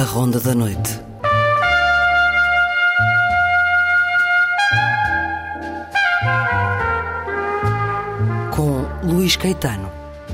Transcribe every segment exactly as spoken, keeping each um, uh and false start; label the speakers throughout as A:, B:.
A: Ronda da Noite. Com Luís Caetano.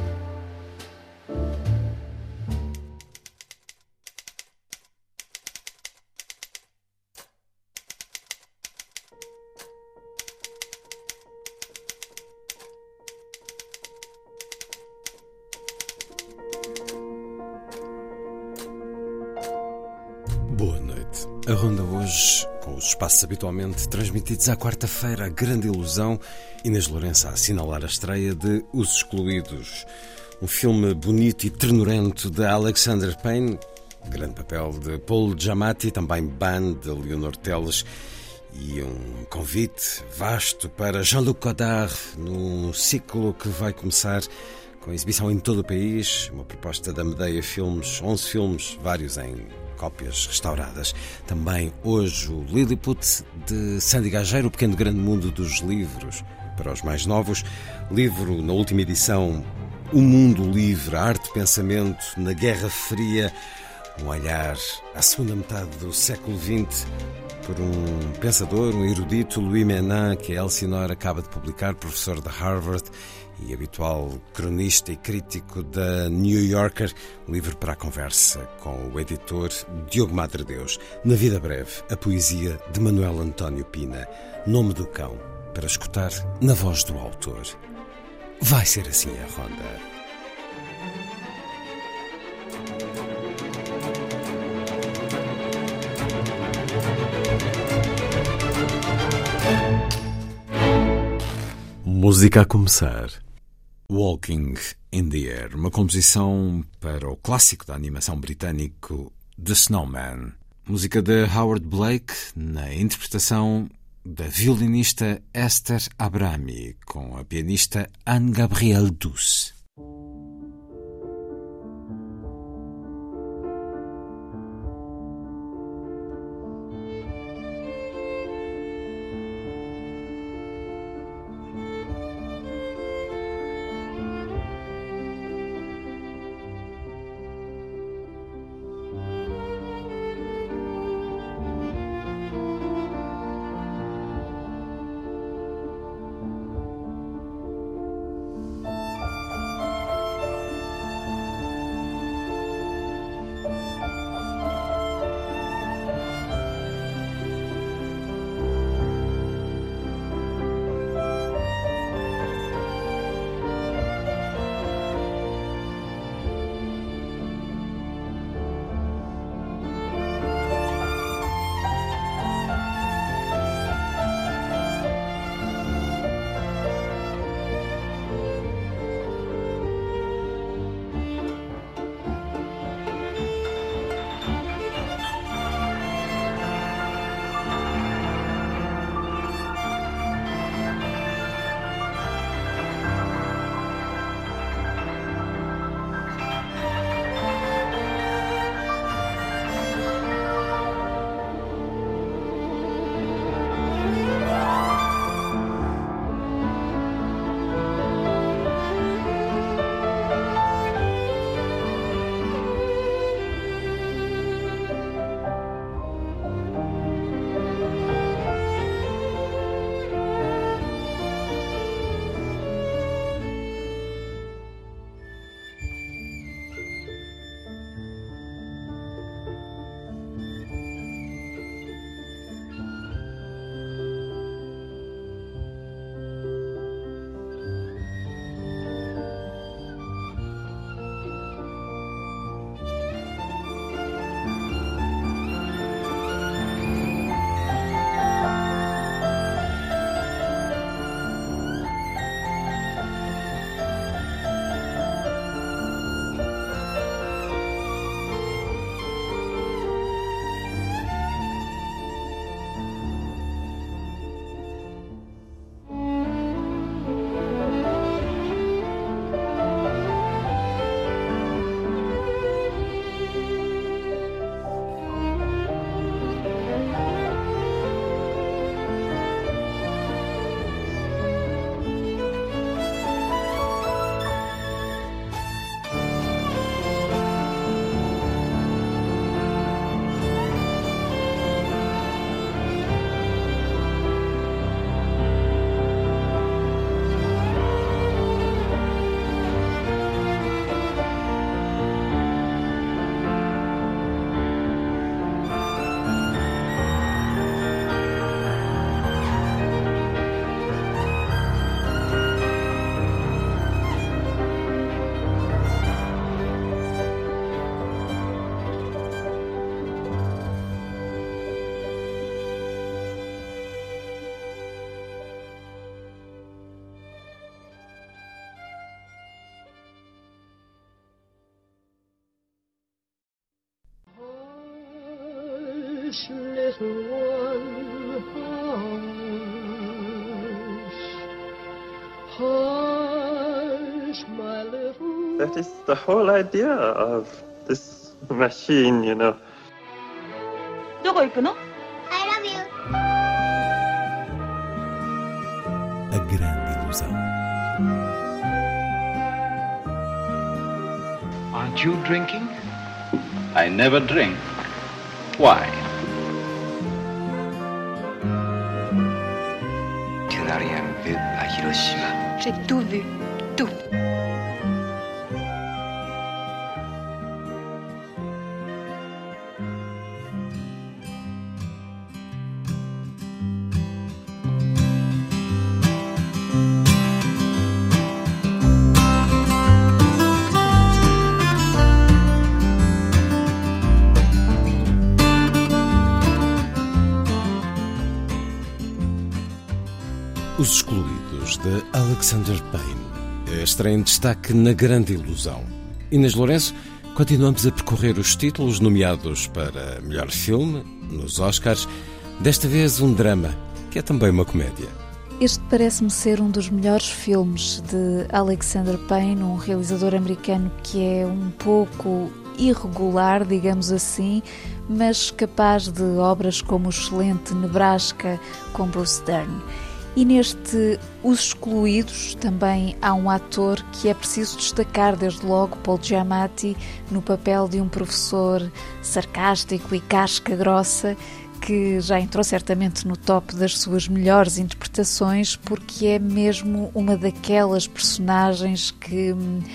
B: Boa noite. A Ronda hoje, com os espaços habitualmente transmitidos à quarta-feira, a Grande Ilusão, Inês Lourenço a assinalar a estreia de Os Excluídos, um filme bonito e ternurento de Alexander Payne, grande papel de Paul Giamatti, também Ban, de Leonor Teles, e um convite vasto para Jean-Luc Godard num ciclo que vai começar com exibição em todo o país, uma proposta da Medeia Filmes, onze filmes, vários em cópias restauradas. Também hoje o Lilliput, de Sandy Gageiro, o pequeno grande mundo dos livros. Para os mais novos, livro na última edição, O Mundo Livre, Arte e Pensamento na Guerra Fria, um olhar à segunda metade do século vinte, por um pensador, um erudito, Louis Menand, que a Elsinore acaba de publicar, professor de Harvard e habitual cronista e crítico da New Yorker, um livro para a conversa com o editor Diogo Madre Deus. Na Vida Breve, a poesia de Manuel António Pina, Nome do Cão, para escutar na voz do autor. Vai ser assim a Ronda. Música a começar. Walking in the Air, uma composição para o clássico da animação britânico The Snowman. Música de Howard Blake, na interpretação da violinista Esther Abrami, com a pianista Anne-Gabrielle Douce.
C: Hush, little one, hush. Hush, my little...
D: That is the whole idea of this machine, you know.
E: どこ行くの?
F: I love you.
B: A grande ilusão.
G: Aren't you drinking? I never drink. Why?
H: Tu n'as rien vu à Hiroshima.
E: J'ai tout vu. Tout.
B: Os Excluídos, de Alexander Payne. Estreia em destaque na Grande Ilusão. Inês Lourenço, continuamos a percorrer os títulos nomeados para melhor filme, nos Oscars. Desta vez um drama, que é também uma comédia.
I: Este parece-me ser um dos melhores filmes de Alexander Payne, um realizador americano que é um pouco irregular, digamos assim, mas capaz de obras como o excelente Nebraska com Bruce Dern. E neste Os Excluídos também há um ator que é preciso destacar desde logo, Paul Giamatti, no papel de um professor sarcástico e casca grossa, que já entrou certamente no top das suas melhores interpretações, porque é mesmo uma daquelas personagens que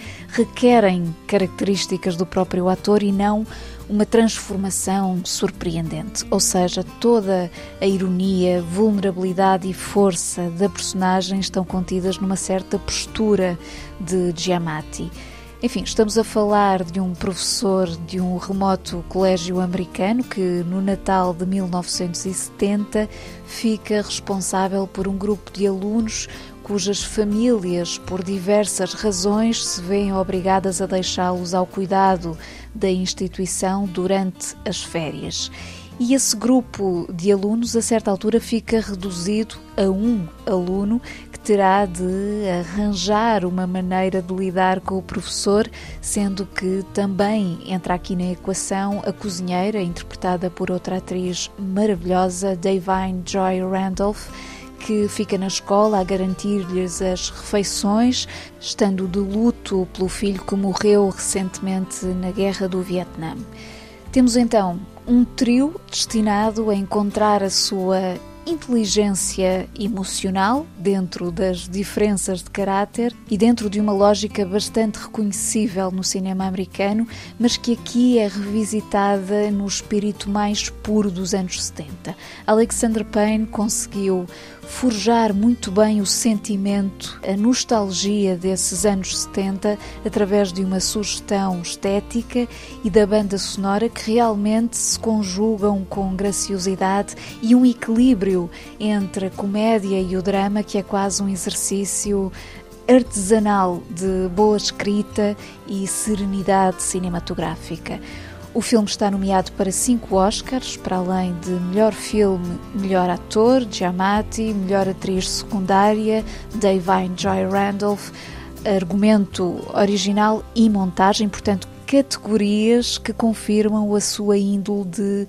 I: requerem características do próprio ator e não uma transformação surpreendente, ou seja, toda a ironia, vulnerabilidade e força da personagem estão contidas numa certa postura de Giamatti. Enfim, estamos a falar de um professor de um remoto colégio americano que, no Natal de mil novecentos e setenta, fica responsável por um grupo de alunos cujas famílias, por diversas razões, se veem obrigadas a deixá-los ao cuidado da instituição durante as férias. E esse grupo de alunos, a certa altura, fica reduzido a um aluno que terá de arranjar uma maneira de lidar com o professor, sendo que também entra aqui na equação a cozinheira, interpretada por outra atriz maravilhosa, Da'Vine Joy Randolph, que fica na escola a garantir-lhes as refeições, estando de luto pelo filho que morreu recentemente na Guerra do Vietnã. Temos então um trio destinado a encontrar a sua inteligência emocional dentro das diferenças de caráter e dentro de uma lógica bastante reconhecível no cinema americano, mas que aqui é revisitada no espírito mais puro dos anos setenta. Alexander Payne conseguiu forjar muito bem o sentimento, a nostalgia desses anos setenta através de uma sugestão estética e da banda sonora que realmente se conjugam com graciosidade e um equilíbrio entre a comédia e o drama que é quase um exercício artesanal de boa escrita e serenidade cinematográfica. O filme está nomeado para cinco Oscars, para além de melhor filme, melhor ator, Giamatti, melhor atriz secundária, Da'Vine Joy Randolph, argumento original e montagem, portanto, categorias que confirmam a sua índole de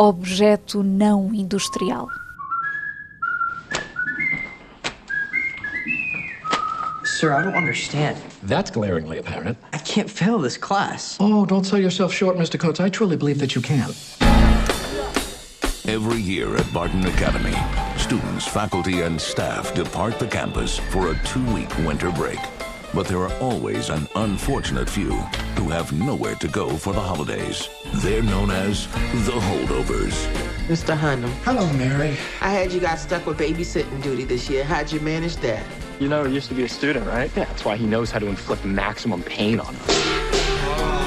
I: objeto não industrial.
J: Sir, I don't understand.
K: That's glaringly apparent.
J: I can't fail this class.
K: Oh, don't sell yourself short, Mister Coates. I truly believe that you can.
L: Every year at Barton Academy, students, faculty, and staff depart the campus for a two-week winter break. But there are always an unfortunate few who have nowhere to go for the holidays. They're known as the holdovers.
J: Mister Hunnam.
K: Hello, Mary.
J: I heard you got stuck with babysitting duty this year. How'd you manage that?
M: You never used to be a student, right? Yeah, that's why he knows how to inflict maximum pain on us.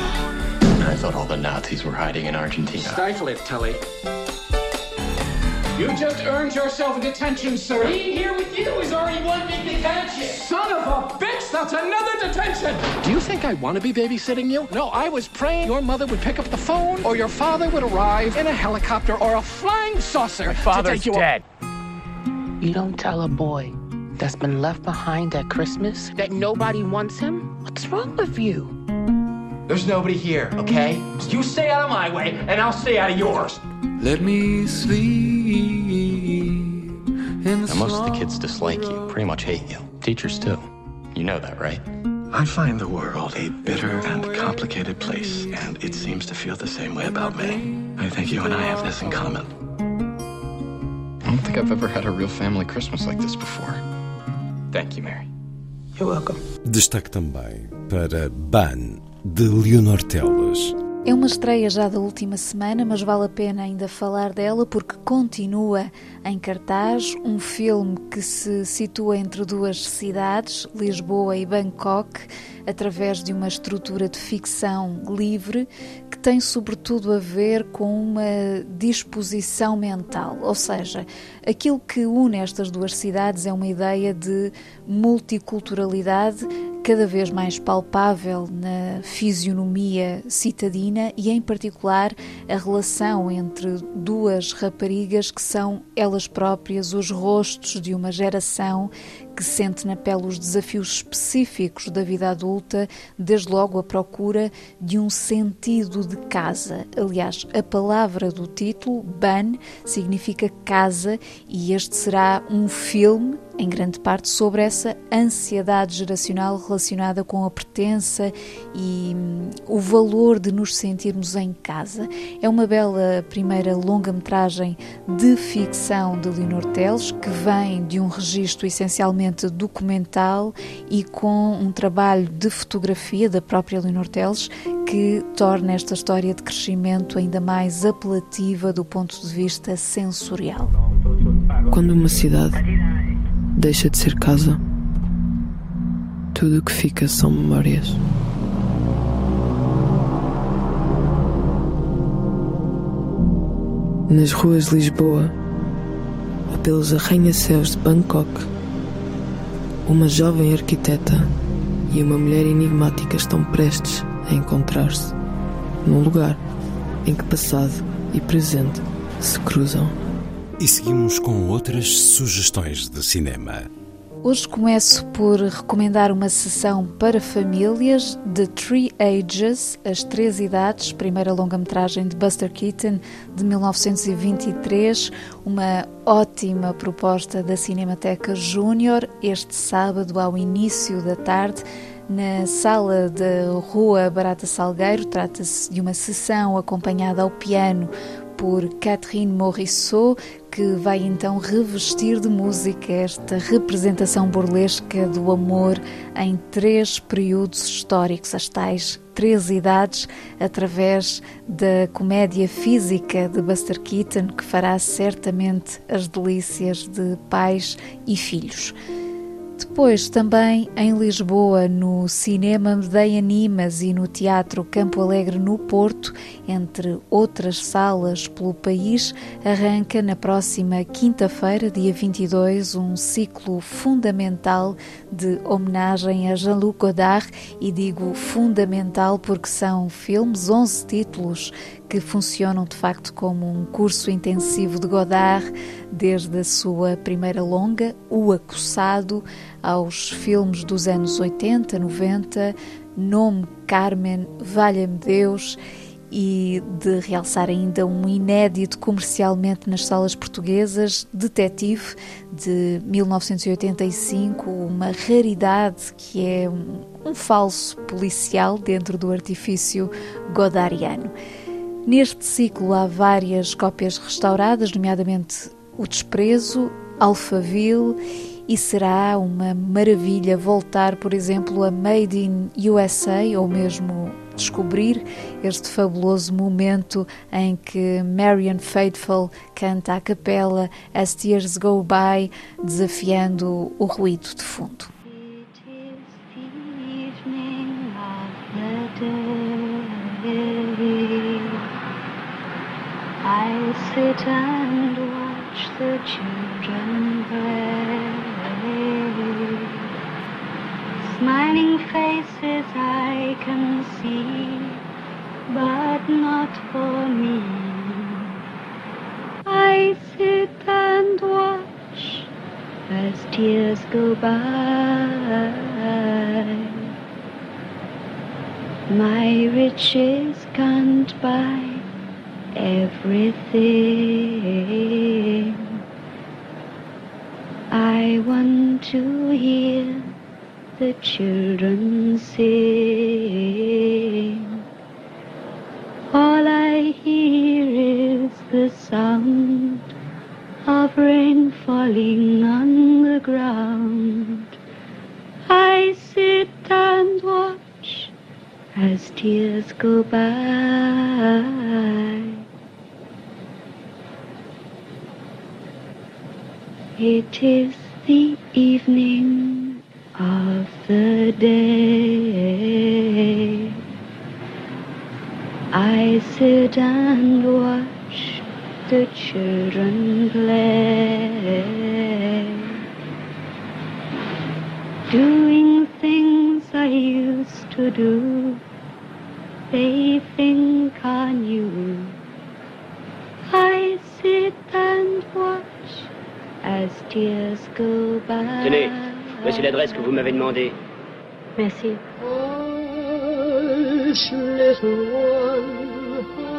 N: I thought all the Nazis were hiding in Argentina.
M: Stifle it, Tully.
K: You just earned yourself a detention, sir.
F: Being here with you is already one big detention.
K: Son of a bitch, that's another detention. Do you think I want to be babysitting you? No, I was praying your mother would pick up the phone or your father would arrive in a helicopter or a flying saucer.
M: My father's
K: to take you
M: dead.
J: You don't tell a boy that's been left behind at Christmas that nobody wants him? What's wrong with you?
F: There's nobody here, okay? You stay out of my way, and I'll stay out of yours.
N: Let me sleep in the
M: Now, most of the kids dislike you, pretty much hate you. Teachers too. You know that, right?
O: I find the world a bitter and complicated place, and it seems to feel the same way about me. I think you and I have this in common.
M: I don't think I've ever had a real family Christmas like this before. Thank you, Mary.
J: You're welcome.
B: Destaque também para Ban, de Leonor Teles.
I: É uma estreia já da última semana, mas vale a pena ainda falar dela porque continua em cartaz um filme que se situa entre duas cidades, Lisboa e Bangkok, através de uma estrutura de ficção livre que tem sobretudo a ver com uma disposição mental, ou seja, aquilo que une estas duas cidades é uma ideia de multiculturalidade cada vez mais palpável na fisionomia citadina e, em particular, a relação entre duas raparigas que são elas próprias os rostos de uma geração que sente na pele os desafios específicos da vida adulta, desde logo a procura de um sentido de casa. Aliás, a palavra do título, Ban, significa casa, e este será um filme, em grande parte, sobre essa ansiedade geracional relacionada com a pertença e hum, o valor de nos sentirmos em casa. É uma bela primeira longa-metragem de ficção de Leonor Teles, que vem de um registro essencialmente documental e com um trabalho de fotografia da própria Leonor Teles que torna esta história de crescimento ainda mais apelativa do ponto de vista sensorial.
P: Quando uma cidade deixa de ser casa, tudo o que fica são memórias. Nas ruas de Lisboa, ou pelos arranha-céus de Bangkok, uma jovem arquiteta e uma mulher enigmática estão prestes a encontrar-se num lugar em que passado e presente se cruzam.
B: E seguimos com outras sugestões de cinema.
I: Hoje começo por recomendar uma sessão para famílias, The Three Ages, As Três Idades, primeira longa-metragem de Buster Keaton, de mil novecentos e vinte e três, uma ótima proposta da Cinemateca Júnior, este sábado ao início da tarde, na sala da Rua Barata Salgueiro. Trata-se de uma sessão acompanhada ao piano por Catherine Morisseau, que vai então revestir de música esta representação burlesca do amor em três períodos históricos, as tais três idades, através da comédia física de Buster Keaton, que fará certamente as delícias de pais e filhos. Depois, também em Lisboa, no Cinema Medeia Nimas e no Teatro Campo Alegre no Porto, entre outras salas pelo país, arranca na próxima quinta-feira, dia vinte e dois, um ciclo fundamental de homenagem a Jean-Luc Godard, e digo fundamental porque são filmes, onze títulos, que funcionam de facto como um curso intensivo de Godard, desde a sua primeira longa, O Acossado, aos filmes dos anos oitenta, noventa, Nome, Carmen, Valha-me Deus, e de realçar ainda um inédito comercialmente nas salas portuguesas, Detetive, de mil novecentos e oitenta e cinco, uma raridade que é um, um falso policial dentro do artifício godardiano. Neste ciclo há várias cópias restauradas, nomeadamente O Desprezo, Alphaville, e será uma maravilha voltar, por exemplo, a Made in U S A, ou mesmo descobrir este fabuloso momento em que Marianne Faithfull canta a capela As Tears Go By, desafiando o ruído de fundo.
C: I sit and watch
Q: the children play. Smiling faces I can see, but not for me. I sit and watch as tears go by. My riches can't buy everything. I want to hear the children sing. All I hear is the sound of rain falling on the ground. I sit and watch as tears go by. It is the evening of the day. I sit and watch the children play, doing things I used to do. They think I knew. I sit and watch as tears go by.
R: Tenez, voici l'adresse que vous m'avez demandée.
Q: Merci.
C: Hush, little one,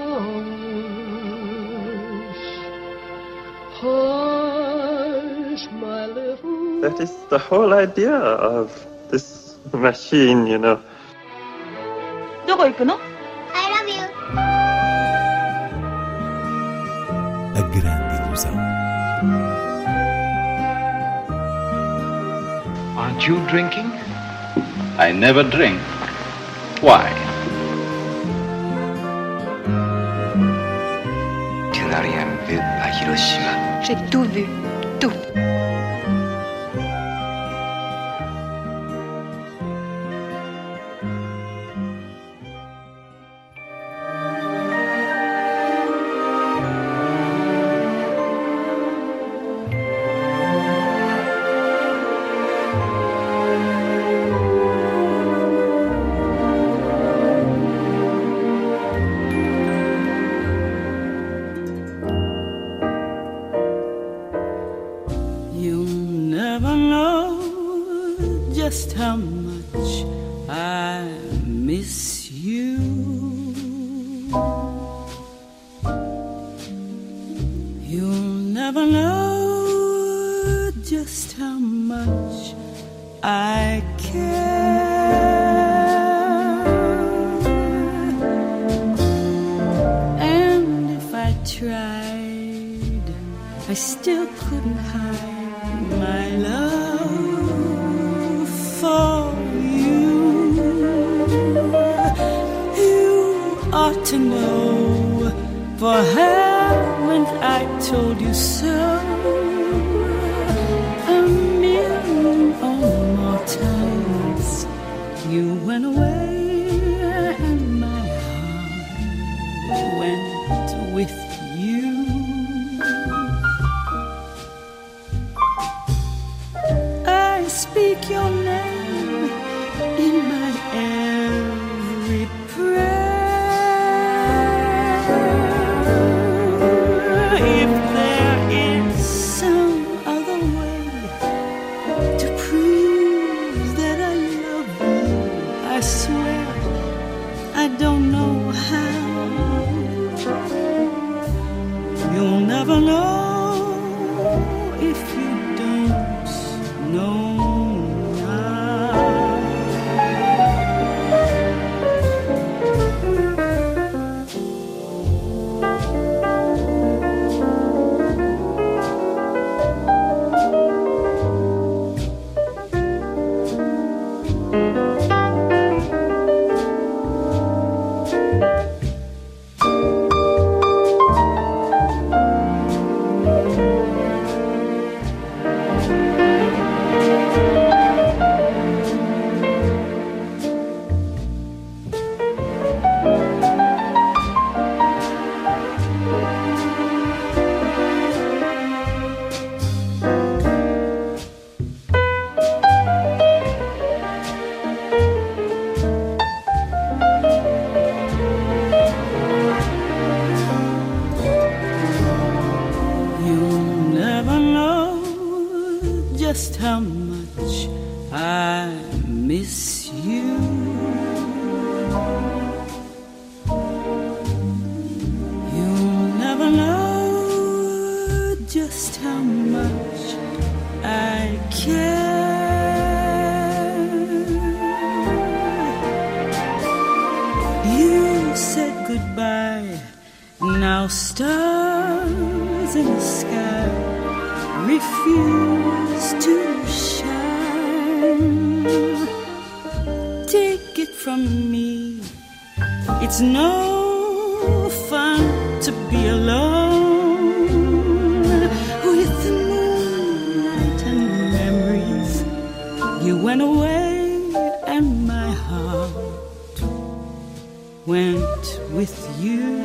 C: hush, hush, my little.
D: That is the whole idea of this machine, you know.
E: どこ行くの?
Q: I love you.
B: A grande ilusão.
G: Aren't you drinking? I never drink. Why?
H: Tu n'as rien vu à Hiroshima.
E: J'ai tout vu, tout.
S: Just how much I miss you. You'll never know just how much I care. And if I tried, I still couldn't hide my love for you. You ought to know, for haven't I told you so a million or more times? You went away and my heart went with you. I speak your name in my every prayer. If there is some other way to prove that I love you, I swear I don't know how. You'll never know if you don't know now. just how much I miss you. You'll never know just how much I care. You said goodbye, now stars in the sky refuse to shine. Take it from me, it's no fun to be alone with the moonlight and memories. You went away and my heart went with you.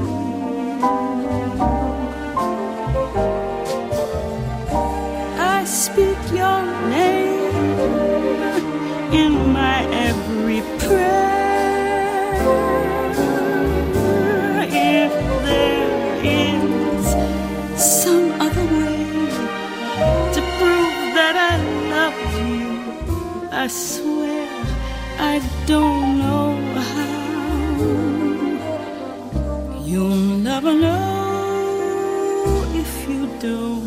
S: I speak your name in my every prayer. If there is some other way to prove that I love you, I swear I don't know how. You'll never know if you don't.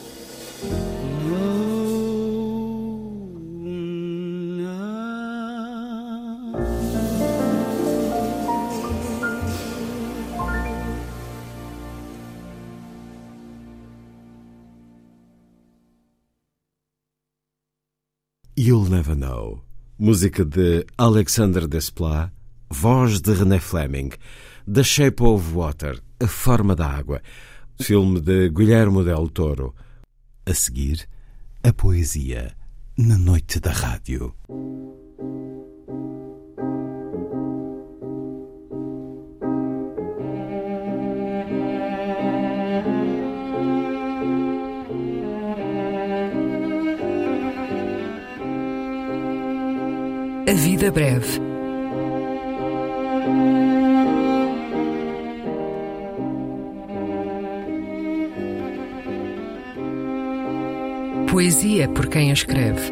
B: You'll Never Know, música de Alexander Desplat, voz de René Fleming, The Shape of Water, A Forma da Água, filme de Guillermo del Toro. A seguir, a poesia na noite da rádio.
A: A vida breve. Poesia por quem a escreve.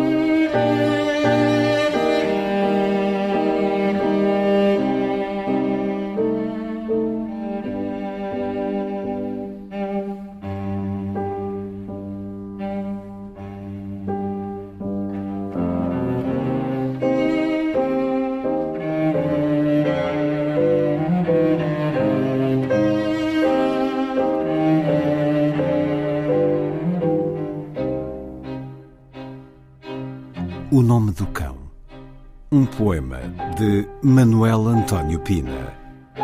B: O Nome do Cão, um poema de Manuel António Pina.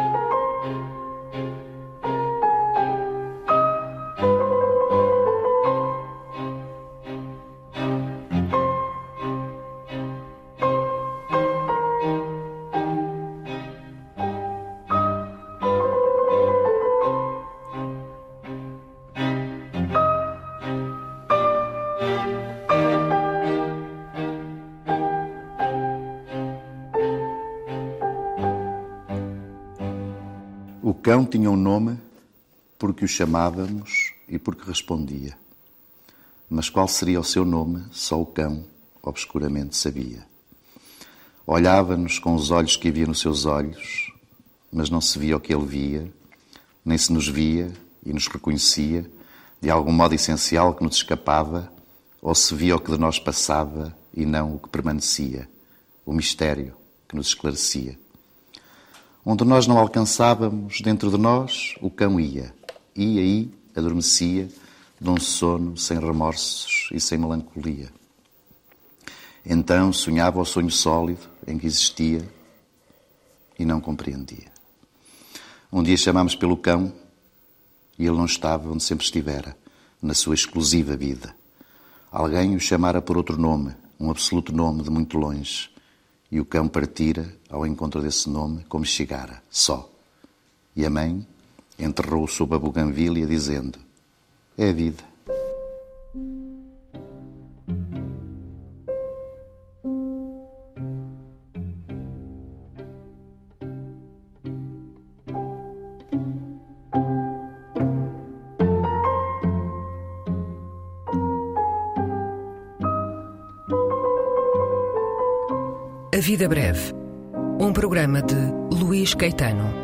T: O cão tinha um nome porque o chamávamos e porque respondia. Mas qual seria o seu nome, só o cão obscuramente sabia. Olhava-nos com os olhos que havia nos seus olhos, mas não se via o que ele via, nem se nos via e nos reconhecia de algum modo essencial que nos escapava, ou se via o que de nós passava e não o que permanecia, o mistério que nos esclarecia. Onde nós não alcançávamos, dentro de nós, o cão ia. E aí adormecia, de um sono sem remorsos e sem melancolia. Então sonhava o sonho sólido em que existia e não compreendia. Um dia chamámos pelo cão e ele não estava onde sempre estivera, na sua exclusiva vida. Alguém o chamara por outro nome, um absoluto nome de muito longe. E o cão partira ao encontro desse nome como chegara, só. E a mãe enterrou-o sob a buganvília, dizendo: é a vida.
A: A Vida Breve, um programa de Luís Caetano.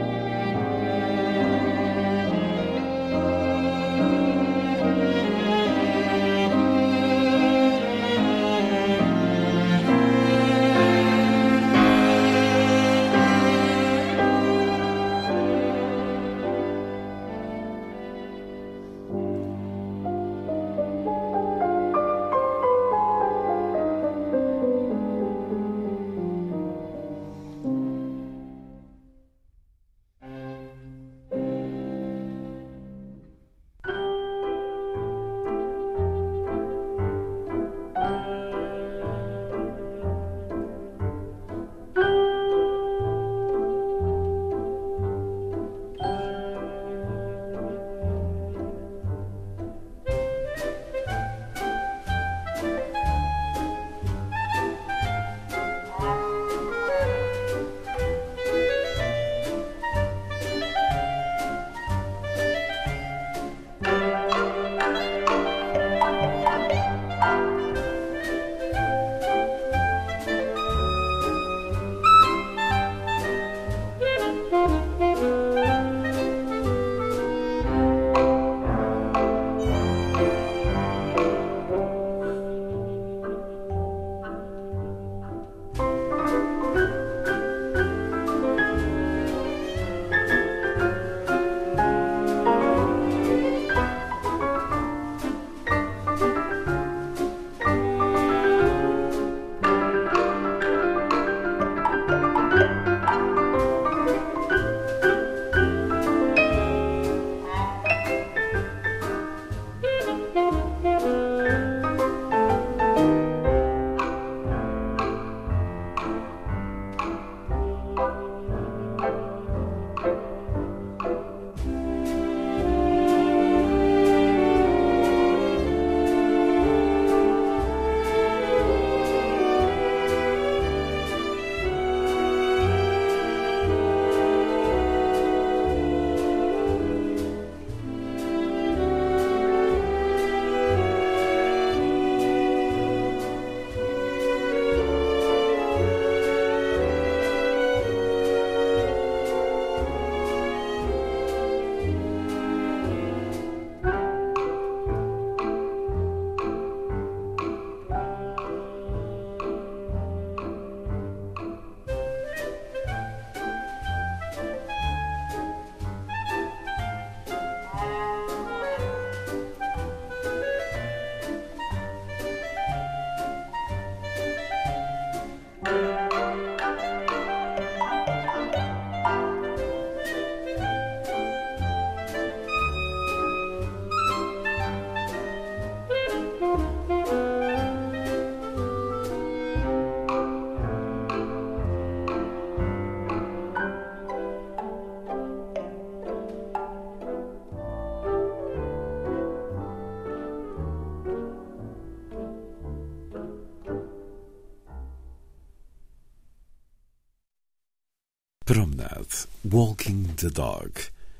B: Promenade, Walking the Dog.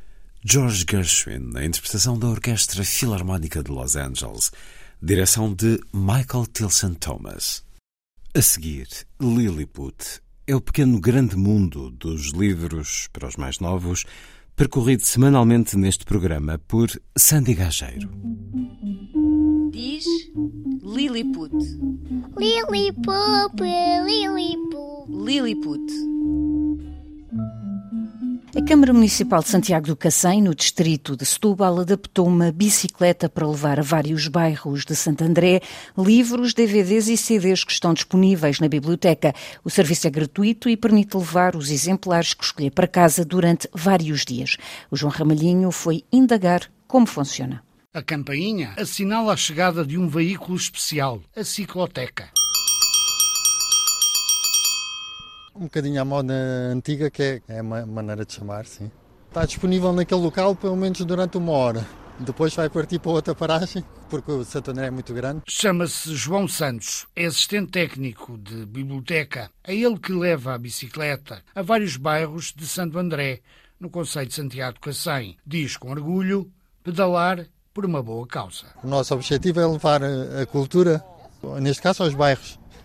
B: George Gershwin, na interpretação da Orquestra Filarmónica de Los Angeles, direção de Michael Tilson Thomas. A seguir, Lilliput é o pequeno grande mundo dos livros para os mais novos, percorrido semanalmente neste programa por Sandy Gageiro.
U: Diz Lilliput.
V: Lilliput, Lilliput.
U: Lilliput. A Câmara Municipal de Santiago do Cacém, no distrito de Setúbal, adaptou uma bicicleta para levar a vários bairros de Santo André livros, D V Ds e C Ds que estão disponíveis na biblioteca. O serviço é gratuito e permite levar os exemplares que escolher para casa durante vários dias. O João Ramalhinho foi indagar como funciona.
W: A campainha assinala a chegada de um veículo especial, a cicloteca.
X: Um bocadinho à moda antiga, que é, é uma maneira de chamar, sim. Está disponível naquele local pelo menos durante uma hora. Depois vai partir para outra paragem, porque o Santo André é muito grande.
W: Chama-se João Santos, é assistente técnico de biblioteca. É ele que leva a bicicleta a vários bairros de Santo André, no concelho de Santiago do Cacém. Diz com orgulho, pedalar por uma boa causa.
X: O nosso objetivo é levar a cultura, neste caso aos bairros,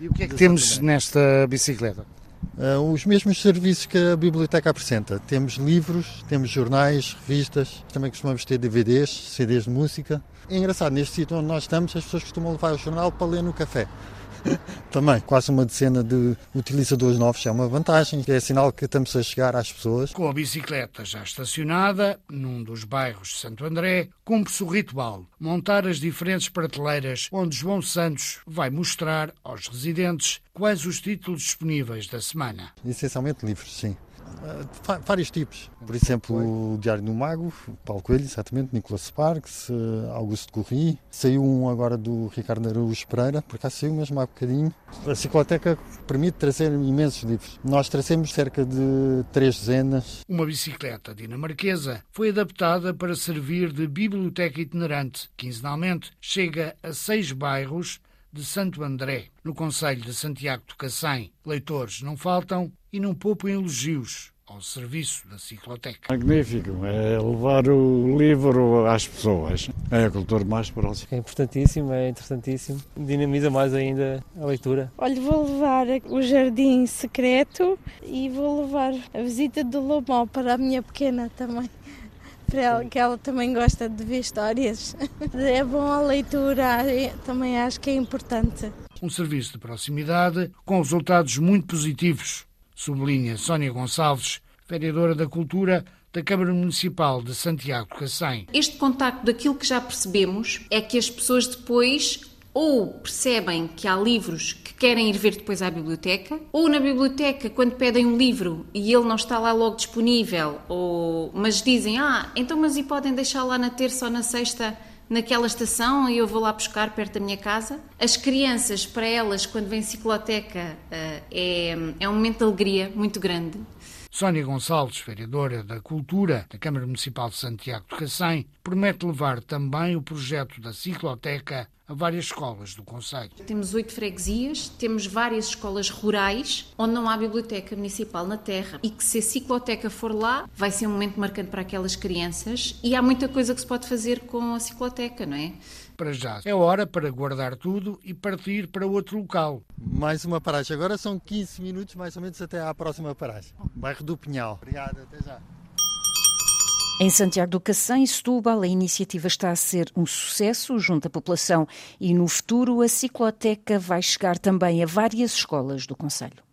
W: E o que é que temos nesta bicicleta?
X: Uh, os mesmos serviços que a biblioteca apresenta. Temos livros, temos jornais, revistas, também costumamos ter D V Ds, C Ds de música. É engraçado, neste sítio onde nós estamos, as pessoas costumam levar o jornal para ler no café. Também, quase uma decena de utilizadores novos, é uma vantagem, é sinal que estamos a chegar às pessoas.
W: Com a bicicleta já estacionada, num dos bairros de Santo André, cumpre-se o ritual, montar as diferentes prateleiras onde João Santos vai mostrar aos residentes quais os títulos disponíveis da semana.
X: Essencialmente livros, sim. Uh, vários tipos. Por exemplo, o Diário do Mago, Paulo Coelho, exatamente, Nicolas Sparks, uh, Augusto Corri. Saiu um agora do Ricardo Araújo Pereira, por acaso saiu mesmo há bocadinho. A cicloteca permite trazer imensos livros. Nós trazemos cerca de três dezenas.
W: Uma bicicleta dinamarquesa foi adaptada para servir de biblioteca itinerante. Quinzenalmente chega a seis bairros de Santo André, no concelho de Santiago do Cacém. Leitores não faltam e não poupam elogios ao serviço da cicloteca.
F: Magnífico, é levar o livro às pessoas, é a cultura mais próxima.
K: É importantíssimo, é interessantíssimo, dinamiza mais ainda a leitura.
L: Olha, vou levar o Jardim Secreto e vou levar a Visita do Lobo para a minha pequena também. Para ela, que ela também gosta de ver histórias. É bom a leitura, também acho que é importante.
W: Um serviço de proximidade com resultados muito positivos, sublinha Sónia Gonçalves, vereadora da Cultura da Câmara Municipal de Santiago do Cacém.
N: Este contacto daquilo que já percebemos é que as pessoas depois ou percebem que há livros que querem ir ver depois à biblioteca, ou na biblioteca, quando pedem um livro e ele não está lá logo disponível, ou, mas dizem, ah, então mas e podem deixar lá na terça ou na sexta naquela estação e eu vou lá buscar perto da minha casa. As crianças, para elas, quando vêm cicloteca, é, é um momento de alegria muito grande.
W: Sónia Gonçalves, vereadora da Cultura da Câmara Municipal de Santiago do Cacém, promete levar também o projeto da cicloteca a várias escolas do concelho.
N: Temos oito freguesias, temos várias escolas rurais onde não há biblioteca municipal na terra e que se a cicloteca for lá vai ser um momento marcante para aquelas crianças e há muita coisa que se pode fazer com a cicloteca, não é?
W: Para já é hora para guardar tudo e partir para outro local.
X: Mais uma paragem. Agora são quinze minutos mais ou menos até à próxima paragem. Bairro do Pinhal. Obrigado, até já.
U: Em Santiago do Cacém, Setúbal, a iniciativa está a ser um sucesso junto à população e no futuro a cicloteca vai chegar também a várias escolas do concelho.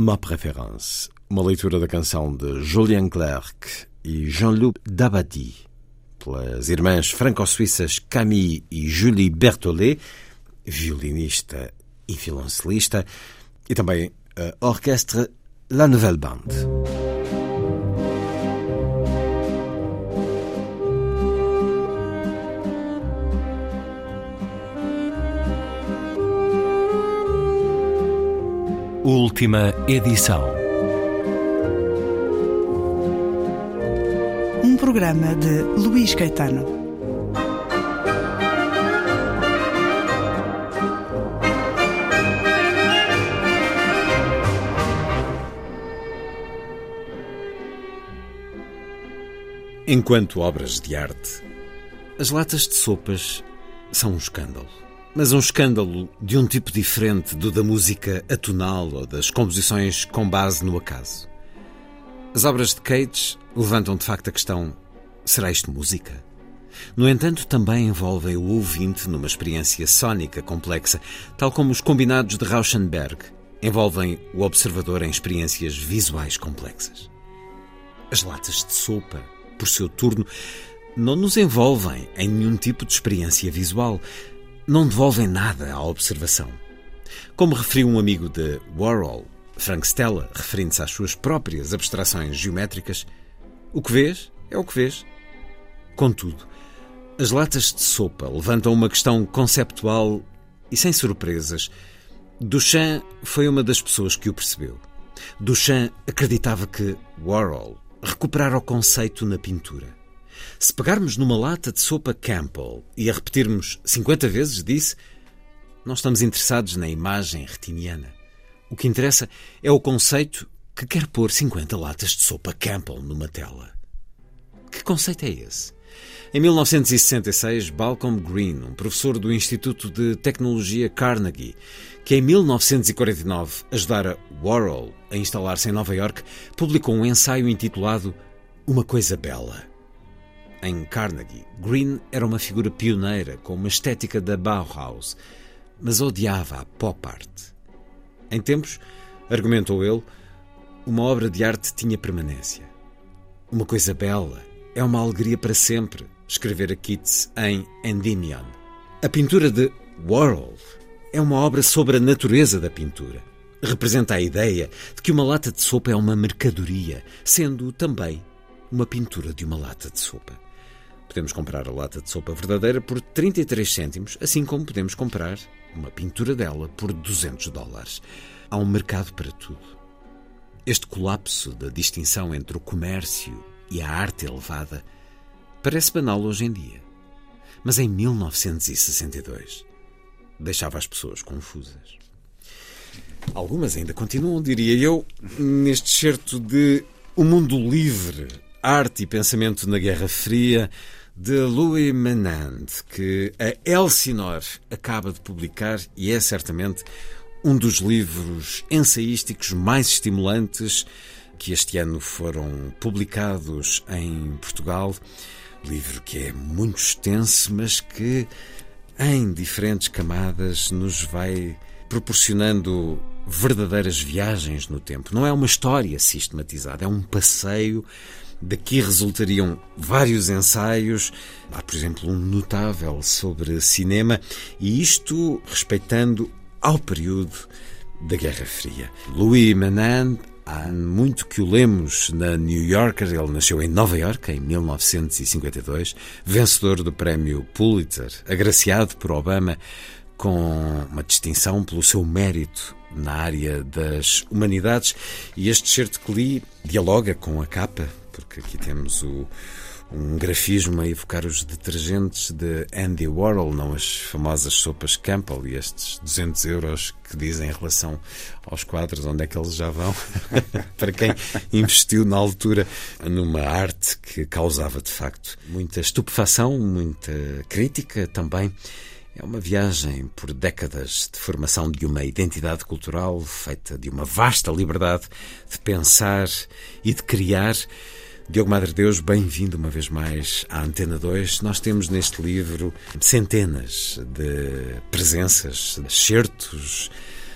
B: Ma Préférence, uma leitura da canção de Julien Clerc e Jean-Luc Dabadi, pelas irmãs franco-suíças Camille e Julie Berthollet, violinista e violoncelista, e também a orquestra La Nouvelle Bande.
J: Última edição.
M: Um programa de Luís Caetano.
B: Enquanto obras de arte, as latas de sopas são um escândalo. Mas um escândalo de um tipo diferente do da música atonal ou das composições com base no acaso. As obras de Cage levantam de facto a questão: será isto música? No entanto, também envolvem o ouvinte numa experiência sónica complexa, tal como os combinados de Rauschenberg envolvem o observador em experiências visuais complexas. As latas de sopa, por seu turno, não nos envolvem em nenhum tipo de experiência visual, não devolvem nada à observação. Como referiu um amigo de Warhol, Frank Stella, referindo-se às suas próprias abstrações geométricas, o que vês é o que vês. Contudo, as latas de sopa levantam uma questão conceptual e sem surpresas. Duchamp foi uma das pessoas que o percebeu. Duchamp acreditava que Warhol recuperara o conceito na pintura. Se pegarmos numa lata de sopa Campbell e a repetirmos cinquenta vezes, disse, não estamos interessados na imagem retiniana. O que interessa é o conceito que quer pôr cinquenta latas de sopa Campbell numa tela. Que conceito é esse? Em mil novecentos e sessenta e seis, Balcom Green, um professor do Instituto de Tecnologia Carnegie, que em mil novecentos e quarenta e nove ajudara Warhol a instalar-se em Nova Iorque, publicou um ensaio intitulado Uma Coisa Bela. Em Carnegie, Green era uma figura pioneira com uma estética da Bauhaus, mas odiava a pop art. Em tempos, argumentou ele, uma obra de arte tinha permanência. Uma coisa bela é uma alegria para sempre, escrevera Keats em Endymion. A pintura de Warhol é uma obra sobre a natureza da pintura. Representa a ideia de que uma lata de sopa é uma mercadoria, sendo também uma pintura de uma lata de sopa. Podemos comprar a lata de sopa verdadeira por trinta e três cêntimos, assim como podemos comprar uma pintura dela por duzentos dólares. Há um mercado para tudo. Este colapso da distinção entre o comércio e a arte elevada parece banal hoje em dia. Mas em mil novecentos e sessenta e dois deixava as pessoas confusas. Algumas ainda continuam, diria eu, neste certo de O Mundo Livre, Arte e Pensamento na Guerra Fria, de Louis Menand, que a Elsinore acaba de publicar e é certamente um dos livros ensaísticos mais estimulantes que este ano foram publicados em Portugal. Livro que é muito extenso, mas que em diferentes camadas nos vai proporcionando verdadeiras viagens no tempo. Não é uma história sistematizada, é um passeio. Daqui resultariam vários ensaios. Há, por exemplo, um notável sobre cinema, e isto respeitando ao período da Guerra Fria. Louis Menand, há muito que o lemos na New Yorker. Ele nasceu em Nova Iorque em mil novecentos e cinquenta e dois, vencedor do prémio Pulitzer, agraciado por Obama com uma distinção pelo seu mérito na área das humanidades. E este certo que li dialoga com a capa, porque aqui temos o, um grafismo a evocar os detergentes de Andy Warhol, não as famosas sopas Campbell, e estes duzentos euros que dizem em relação aos quadros, onde é que eles já vão, para quem investiu na altura numa arte que causava de facto muita estupefação, muita crítica também. É uma viagem por décadas de formação de uma identidade cultural feita de uma vasta liberdade de pensar e de criar. Diogo Madre Deus, bem-vindo uma vez mais à Antena dois. Nós temos neste livro centenas de presenças, de excertos,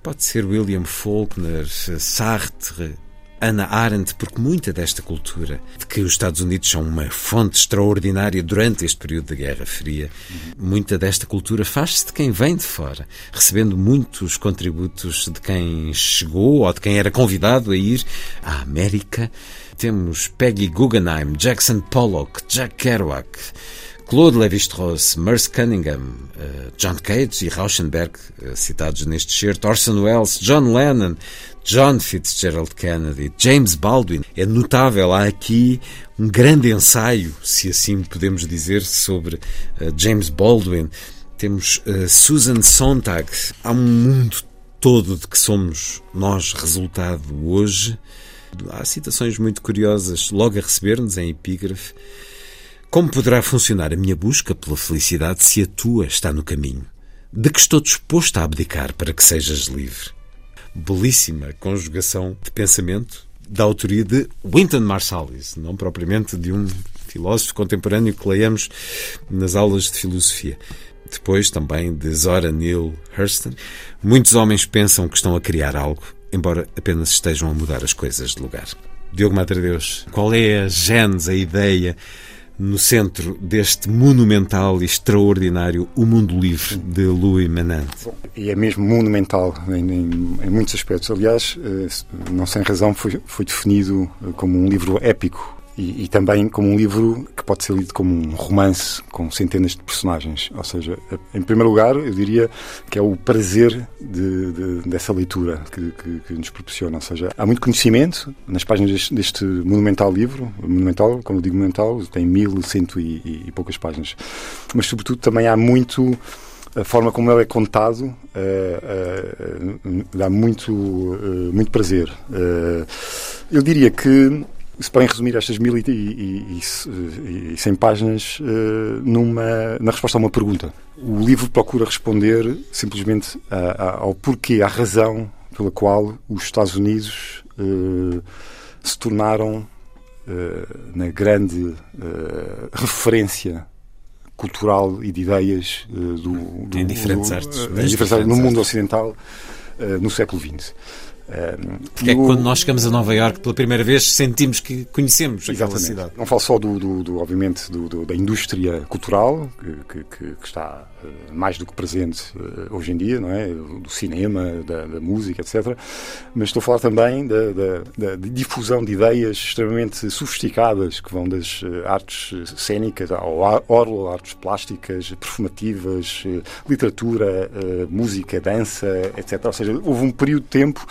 B: Pode ser William Faulkner, Sartre, Hannah Arendt, porque muita desta cultura, de que os Estados Unidos são uma fonte extraordinária durante este período da Guerra Fria, muita desta cultura faz-se de quem vem de fora, recebendo muitos contributos de quem chegou ou de quem era convidado a ir à América. Temos Peggy Guggenheim, Jackson Pollock, Jack Kerouac, Claude Lévi-Strauss, Merce Cunningham, uh, John Cage e Rauschenberg, uh, citados neste excerto, Orson Welles, John Lennon, John Fitzgerald Kennedy, James Baldwin. É notável, há aqui um grande ensaio, se assim podemos dizer, sobre uh, James Baldwin. Temos uh, Susan Sontag. Há um mundo todo de que somos nós resultado hoje. Há citações muito curiosas logo a receber-nos em epígrafe. Como poderá funcionar a minha busca pela felicidade se a tua está no caminho? De que estou disposto a abdicar para que sejas livre? Belíssima conjugação de pensamento da autoria de Wynton Marsalis, não propriamente de um filósofo contemporâneo que leiamos nas aulas de filosofia. Depois também de Zora Neale Hurston. Muitos homens pensam que estão a criar algo, embora apenas estejam a mudar as coisas de lugar. Diogo Madredeus, qual é a gênese, a ideia no centro deste monumental e extraordinário O Mundo Livre de Louis Menand?
I: E é mesmo monumental em, em, em muitos aspectos. Aliás, não sem razão, foi, foi definido como um livro épico e, e também como um livro que pode ser lido como um romance com centenas de personagens. Ou seja, em primeiro lugar, eu diria que é o prazer de, de, dessa leitura que, que, que nos proporciona. Ou seja, há muito conhecimento nas páginas deste, deste monumental livro. Monumental, quando eu digo monumental, tem mil cento e, e, e poucas páginas. Mas, sobretudo, também há muito... A forma como ele é contado uh, uh, dá muito, uh, muito prazer. Uh, eu diria que se podem resumir estas mil e cem páginas uh, numa, na resposta a uma pergunta. O livro procura responder simplesmente a, a, ao porquê, à razão pela qual os Estados Unidos uh, se tornaram uh, na grande uh, referência cultural e de ideias uh, do, do,
B: em diferentes
I: do,
B: artes,
I: uh, em diferentes artes no mundo ocidental uh, no século vinte. Um,
B: Porque é que quando nós chegamos a Nova Iorque pela primeira vez sentimos que conhecemos aquela
I: exatamente.
B: cidade?
I: Não falo só do, do, do obviamente do, do, da indústria cultural que, que, que está uh, mais do que presente uh, hoje em dia, não é? Do cinema, da, da música, etcétera. Mas estou a falar também da, da, da difusão de ideias extremamente sofisticadas que vão das uh, artes cênicas ao oral, artes plásticas, perfumativas, uh, literatura, uh, música, dança, etcétera. Ou seja, houve um período de tempo.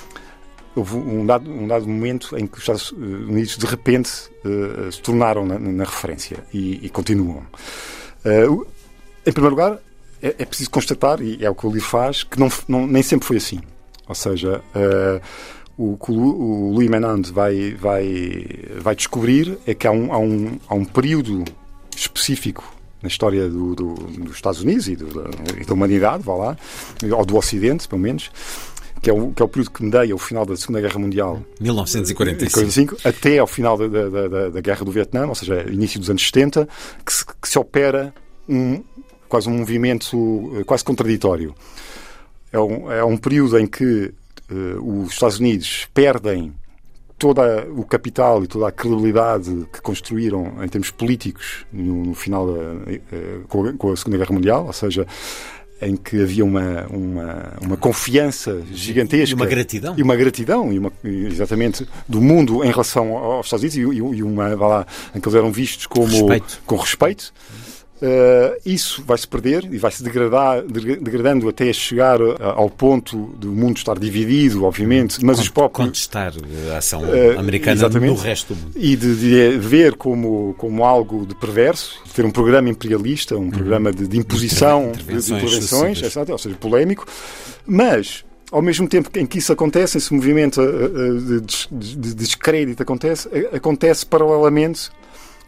I: Houve um dado, um dado momento em que os Estados Unidos, de repente, uh, se tornaram na, na referência e, e continuam. Uh, em primeiro lugar, é, é preciso constatar, e é o que o livro faz, que não, não, nem sempre foi assim. Ou seja, uh, o que o Louis Menand vai, vai, vai descobrir é que há um, há um, há um período específico na história do, do, dos Estados Unidos e, do, da, e da humanidade, vá lá, ou do Ocidente, pelo menos, que é, o, que é o período que medeia o final da Segunda Guerra Mundial,
B: mil novecentos e quarenta e cinco,
I: até ao final da, da, da, da Guerra do Vietnã, ou seja, início dos anos setenta, que se, que se opera um, quase um movimento quase contraditório. É um, é um período em que uh, os Estados Unidos perdem todo o capital e toda a credibilidade que construíram em termos políticos no, no final da, uh, com, a, com a Segunda Guerra Mundial, ou seja, em que havia uma, uma, uma confiança gigantesca.
B: E uma gratidão.
I: E uma gratidão, e uma, exatamente, do mundo em relação aos Estados Unidos, e, e uma, vá lá, em que eles eram vistos como,
B: respeito.
I: com respeito. Uh, isso vai-se perder e vai-se degradar, degradando até chegar uh, ao ponto do mundo estar dividido, obviamente, mas
B: Con-
I: os próprios...
B: contestar a ação
I: uh,
B: americana no resto do mundo.
I: E de, de ver como, como algo de perverso, de ter um programa imperialista, um uhum. programa de, de imposição,
B: Intervenções,
I: de, de intervenções, exato, ou seja, polémico, mas... Ao mesmo tempo em que isso acontece, esse movimento uh, de, de, de descrédito acontece, acontece paralelamente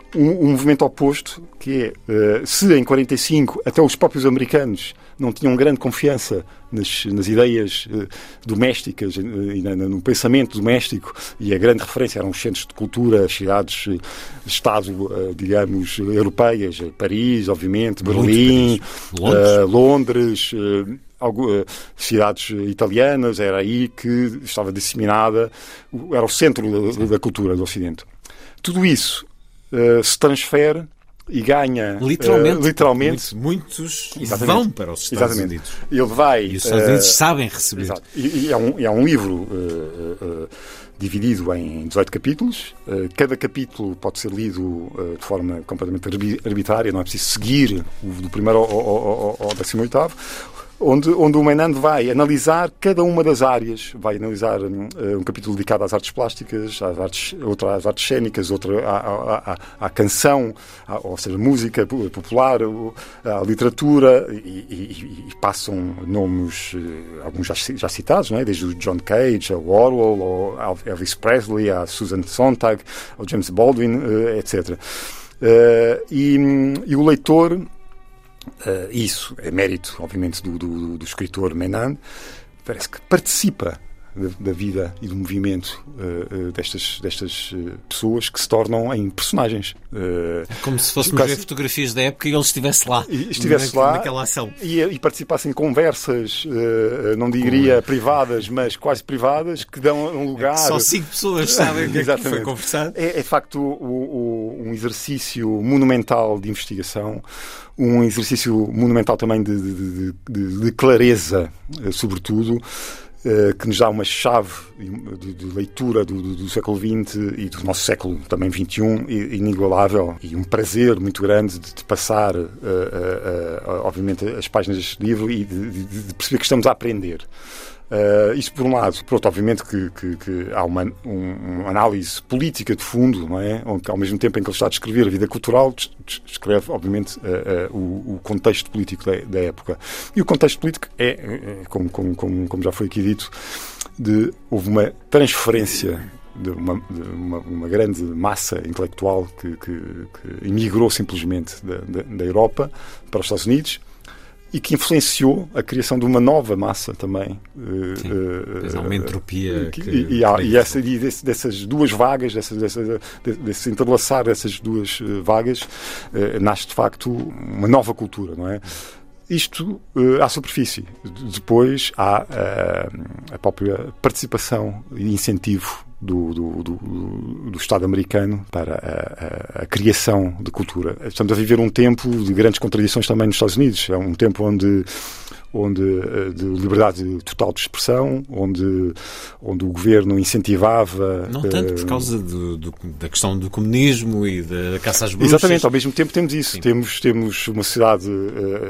I: um, um movimento oposto, que é, uh, se em quarenta e cinco até os próprios americanos não tinham grande confiança nas, nas ideias uh, domésticas uh, e na, no pensamento doméstico, e a grande referência eram os centros de cultura, as cidades uh, de Estado, uh, digamos, europeias, Paris, obviamente, Berlim, Londres, uh, Londres uh, algo, uh, cidades italianas, era aí que estava disseminada, era o centro da, da cultura do Ocidente. Tudo isso uh, se transfere e ganha
B: literalmente,
I: uh, literalmente
B: muitos, muitos vão para os Estados
I: exatamente.
B: Unidos.
I: Ele vai,
B: e os Estados Unidos uh, sabem receber.
I: Exato. E, e é, um, é um livro uh, uh, dividido em dezoito capítulos. Uh, cada capítulo pode ser lido uh, de forma completamente arbitrária, não é preciso seguir o do primeiro ao, ao, ao, ao décimo oitavo. Onde, onde o Menand vai analisar cada uma das áreas, vai analisar um, um capítulo dedicado às artes plásticas, às artes, outro às artes cênicas, outro à, à, à, à canção, à, ou seja, música popular, à literatura, e, e, e passam nomes, alguns já, já citados, não é? Desde o John Cage, ao Orwell, ao Elvis Presley, a Susan Sontag, ao James Baldwin, etcétera. Uh, e, e o leitor... Uh, isso é mérito, obviamente, do, do, do escritor Menand, parece que participa da, da vida e do movimento uh, uh, destas, destas uh, pessoas que se tornam em personagens. Uh,
B: é como se fôssemos ver fotografias da época e ele estivesse lá,
I: estivesse
B: na,
I: lá
B: naquela ação.
I: E, e participasse em conversas, uh, não diria Com... privadas, mas quase privadas, que dão um lugar... É
B: só cinco pessoas sabem o que, é que foi conversado.
I: É, é de facto o, o, um exercício monumental de investigação, um exercício monumental também de, de, de, de clareza, sobretudo, uh, que nos dá uma chave de, de leitura do, do, do século vinte e do nosso século também vinte e um inigualável, e um prazer muito grande de, de passar, uh, uh, uh, obviamente, as páginas deste livro e de, de, de perceber que estamos a aprender. Uh, isso por um lado. Por outro, obviamente que, que, que há uma, um, uma análise política de fundo, não é? Onde, ao mesmo tempo em que ele está a descrever a vida cultural, descreve, obviamente, uh, uh, o, o contexto político da, da época. E o contexto político é, como, como, como, como já foi aqui dito, de, houve uma transferência de uma, de uma, uma grande massa intelectual que, que, que emigrou simplesmente da, da, da Europa para os Estados Unidos, e que influenciou a criação de uma nova massa também.
B: Sim, uh, há uma entropia.
I: Que,
B: que,
I: e, e, há, e, essa, e desse, dessas duas vagas, dessa, dessa, desse entrelaçar dessas duas vagas, uh, nasce de facto uma nova cultura, não é? Isto uh, à superfície. Depois há uh, a própria participação e incentivo do, do, do, do Estado americano para a, a, a criação de cultura. Estamos a viver um tempo de grandes contradições também nos Estados Unidos. É um tempo onde, onde de liberdade total de expressão, onde, onde o governo incentivava...
B: Não tanto por causa do, do, da questão do comunismo e da caça às bruxas.
I: Exatamente, ao mesmo tempo temos isso. Temos, temos uma sociedade uh,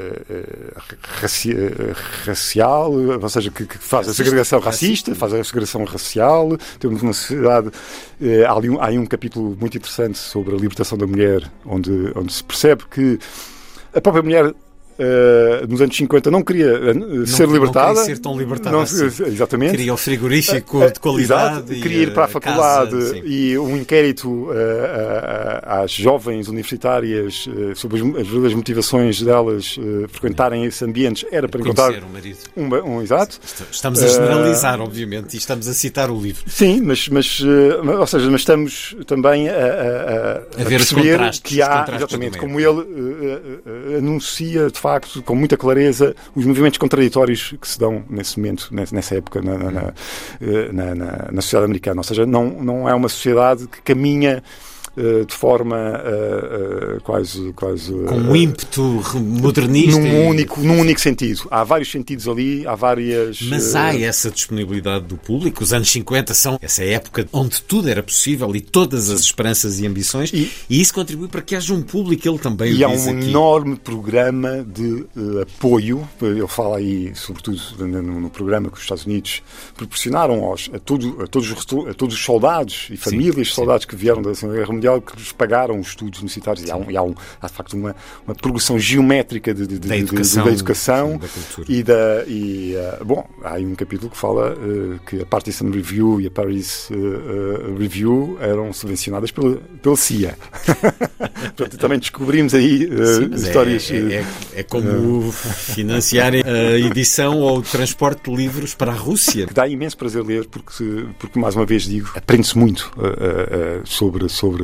I: uh, raci racial, ou seja, que, que faz racista, a segregação racista, racista, faz a segregação racial. Temos uma sociedade... Uh, há, ali um, há aí um capítulo muito interessante sobre a libertação da mulher, onde, onde se percebe que a própria mulher... Uh, nos anos cinquenta não queria uh,
B: não,
I: ser libertada.
B: Não queria ser tão libertada não, assim.
I: Exatamente.
B: Queria o frigorífico uh, de qualidade.
I: Exato. Queria ir para a faculdade casa, e um inquérito uh, uh, uh, às jovens universitárias uh, sobre as, as verdadeiras motivações delas uh, frequentarem esses ambientes era para encontrar
B: o marido.
I: Um, um exato.
B: Estamos a generalizar, uh, obviamente, e estamos a citar o livro.
I: Sim, mas, mas, uh, ou seja, mas estamos também a, a, a,
B: a, a ver perceber
I: que há, exatamente, como ele uh, uh, uh, anuncia de facto, com muita clareza, os movimentos contraditórios que se dão nesse momento, nessa época, na, na, na, na, na sociedade americana. Ou seja, não, não é uma sociedade que caminha uh, de forma uh, uh, quase, quase...
B: Com um ímpeto modernista.
I: Num,
B: e...
I: único, num único sentido. Há vários sentidos ali, há várias...
B: Mas há essa disponibilidade do público. Os anos cinquenta são essa época onde tudo era possível e todas as esperanças e ambições, e, e isso contribui para que haja um público, ele também
I: e
B: o
I: há
B: diz
I: um
B: aqui.
I: Enorme programa de uh, apoio. Ele fala aí, sobretudo, no, no programa que os Estados Unidos proporcionaram aos, a, todo, a, todos, os, a todos os soldados e famílias sim, de soldados sim. que vieram da Segunda Guerra Mundial que lhes pagaram os estudos universitários. E há, um, e há, um, há de facto uma, uma progressão geométrica de, de, de,
B: da educação,
I: de, da educação
B: sim, da cultura.
I: E da... E, uh, bom, há aí um capítulo que fala uh, que a Partisan Review e a Paris uh, uh, Review eram subvencionadas pela, pela C I A. Portanto, também descobrimos aí uh, sim, histórias...
B: É, é, é, é como uh, financiarem a edição ou o transporte de livros para a Rússia.
I: Dá imenso prazer ler porque, porque mais uma vez digo, aprende-se muito uh, uh, sobre, sobre uh,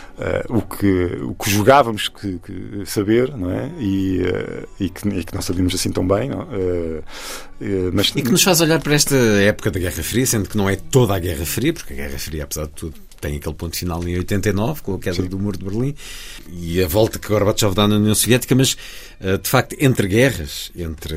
I: o, que, o que julgávamos que, que saber, não é? E, uh, e, que, e que não sabíamos assim tão bem. Não? Uh, uh, mas...
B: E que nos faz olhar para esta época da Guerra Fria, sendo que não é toda a Guerra Fria, porque a Guerra Fria, apesar de tudo, tem aquele ponto final em oitenta e nove, com a queda Sim. do Muro de Berlim e a volta que Gorbachev dá na União Soviética, mas de facto entre guerras, entre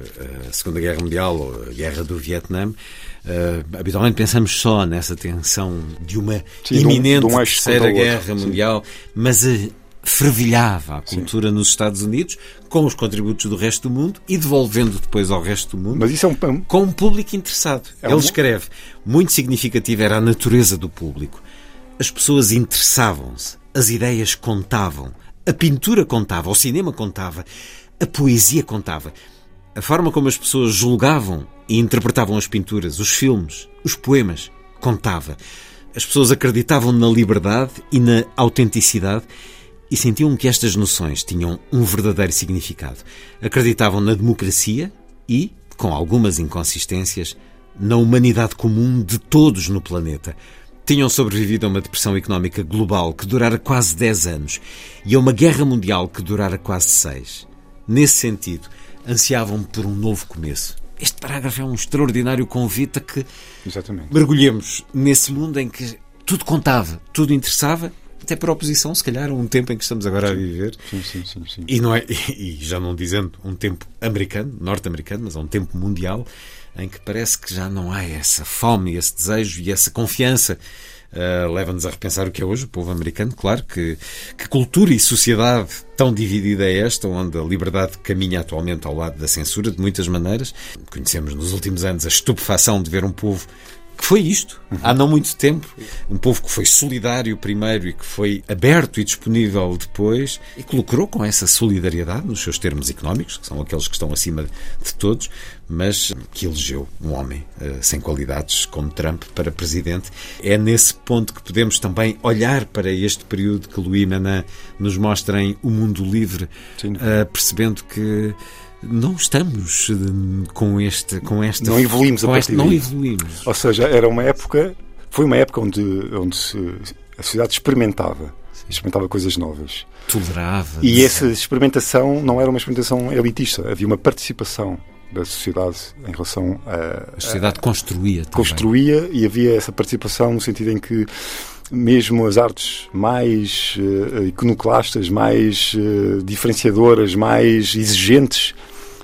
B: a Segunda Guerra Mundial ou a Guerra do Vietnã, Uh, habitualmente pensamos só nessa tensão de uma Sim, iminente de um, de um Terceira Guerra Mundial, mas uh, fervilhava a cultura Sim. nos Estados Unidos com os contributos do resto do mundo e devolvendo depois ao resto do mundo,
I: mas isso é um...
B: com um público interessado. É Ele um... escreve, muito significativo era a natureza do público. As pessoas interessavam-se, as ideias contavam, a pintura contava, o cinema contava, a poesia contava. A forma como as pessoas julgavam e interpretavam as pinturas, os filmes, os poemas, contava. As pessoas acreditavam na liberdade e na autenticidade e sentiam que estas noções tinham um verdadeiro significado. Acreditavam na democracia e, com algumas inconsistências, na humanidade comum de todos no planeta. Tinham sobrevivido a uma depressão económica global que durara quase dez anos e a uma guerra mundial que durara quase seis. Nesse sentido, ansiavam por um novo começo. Este parágrafo é um extraordinário convite a que
I: Exatamente.
B: mergulhemos nesse mundo em que tudo contava, tudo interessava, até por oposição, se calhar, a um tempo em que estamos agora
I: sim.
B: a viver.
I: Sim, sim, sim, sim.
B: E, não é, e já não dizendo um tempo americano, norte-americano, mas a um tempo mundial, em que parece que já não há essa fome, esse desejo e essa confiança. Uh, leva-nos a repensar o que é hoje o povo americano. Claro que, que cultura e sociedade tão dividida é esta, onde a liberdade caminha atualmente ao lado da censura de muitas maneiras. Conhecemos nos últimos anos a estupefação de ver um povo que foi isto, uhum. há não muito tempo, um povo que foi solidário primeiro e que foi aberto e disponível depois e que lucrou com essa solidariedade nos seus termos económicos, que são aqueles que estão acima de todos, mas que elegeu um homem uh, sem qualidades como Trump para presidente. É nesse ponto que podemos também olhar para este período que Louis Menand nos mostra em O Mundo Livre, uh, percebendo que não estamos com este, com esta,
I: não evoluímos
B: com
I: a
B: este,
I: partir
B: não
I: daí.
B: evoluímos.
I: Ou seja, era uma época, foi uma época onde, onde se, a sociedade experimentava, Sim. experimentava coisas novas,
B: tolerava.
I: E dizer. Essa experimentação não era uma experimentação elitista, havia uma participação da sociedade em relação a...
B: A sociedade a, construía também.
I: Construía e havia essa participação no sentido em que mesmo as artes mais uh, iconoclastas, mais uh, diferenciadoras, mais exigentes,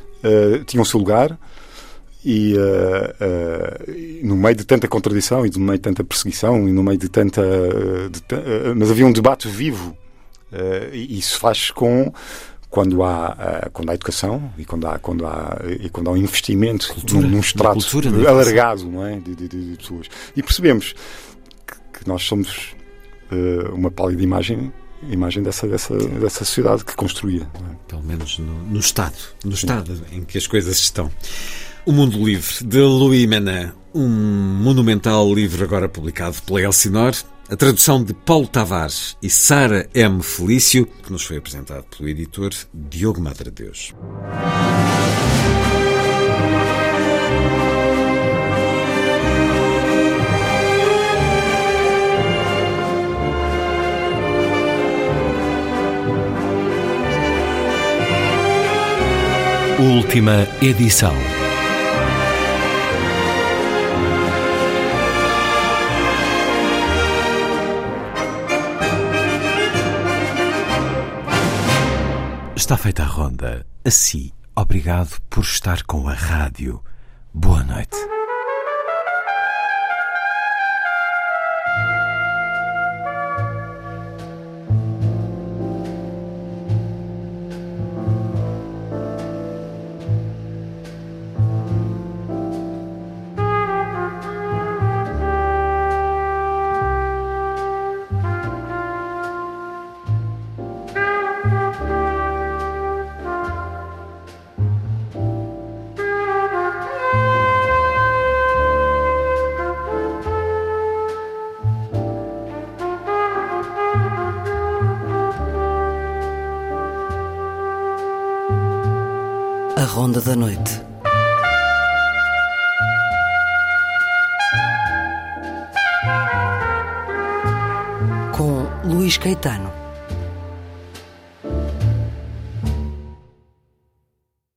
I: uh, tinham o seu lugar e uh, uh, no meio de tanta contradição e no meio de tanta perseguição e no meio de tanta... Uh, de, uh, mas havia um debate vivo uh, e isso faz com... Quando há, uh, quando há educação e quando há, quando há, e quando há um investimento cultura, num, num estrato cultura, alargado, não é? de, de, de pessoas. E percebemos que, que nós somos uh, uma pálida imagem, imagem dessa, dessa, dessa sociedade que construía. Não é?
B: Pelo menos no, no estado, no Sim. estado em que as coisas estão. O Mundo Livre, de Louis Menand, um monumental livro agora publicado pela Elsinor. A tradução de Paulo Tavares e Sara M. Felício, que nos foi apresentado pelo editor Diogo Madredeus.
J: Última edição. Está feita a ronda. Assim, obrigado por estar com a rádio. Boa noite.
A: Ronda da Noite. Com Luís Caetano.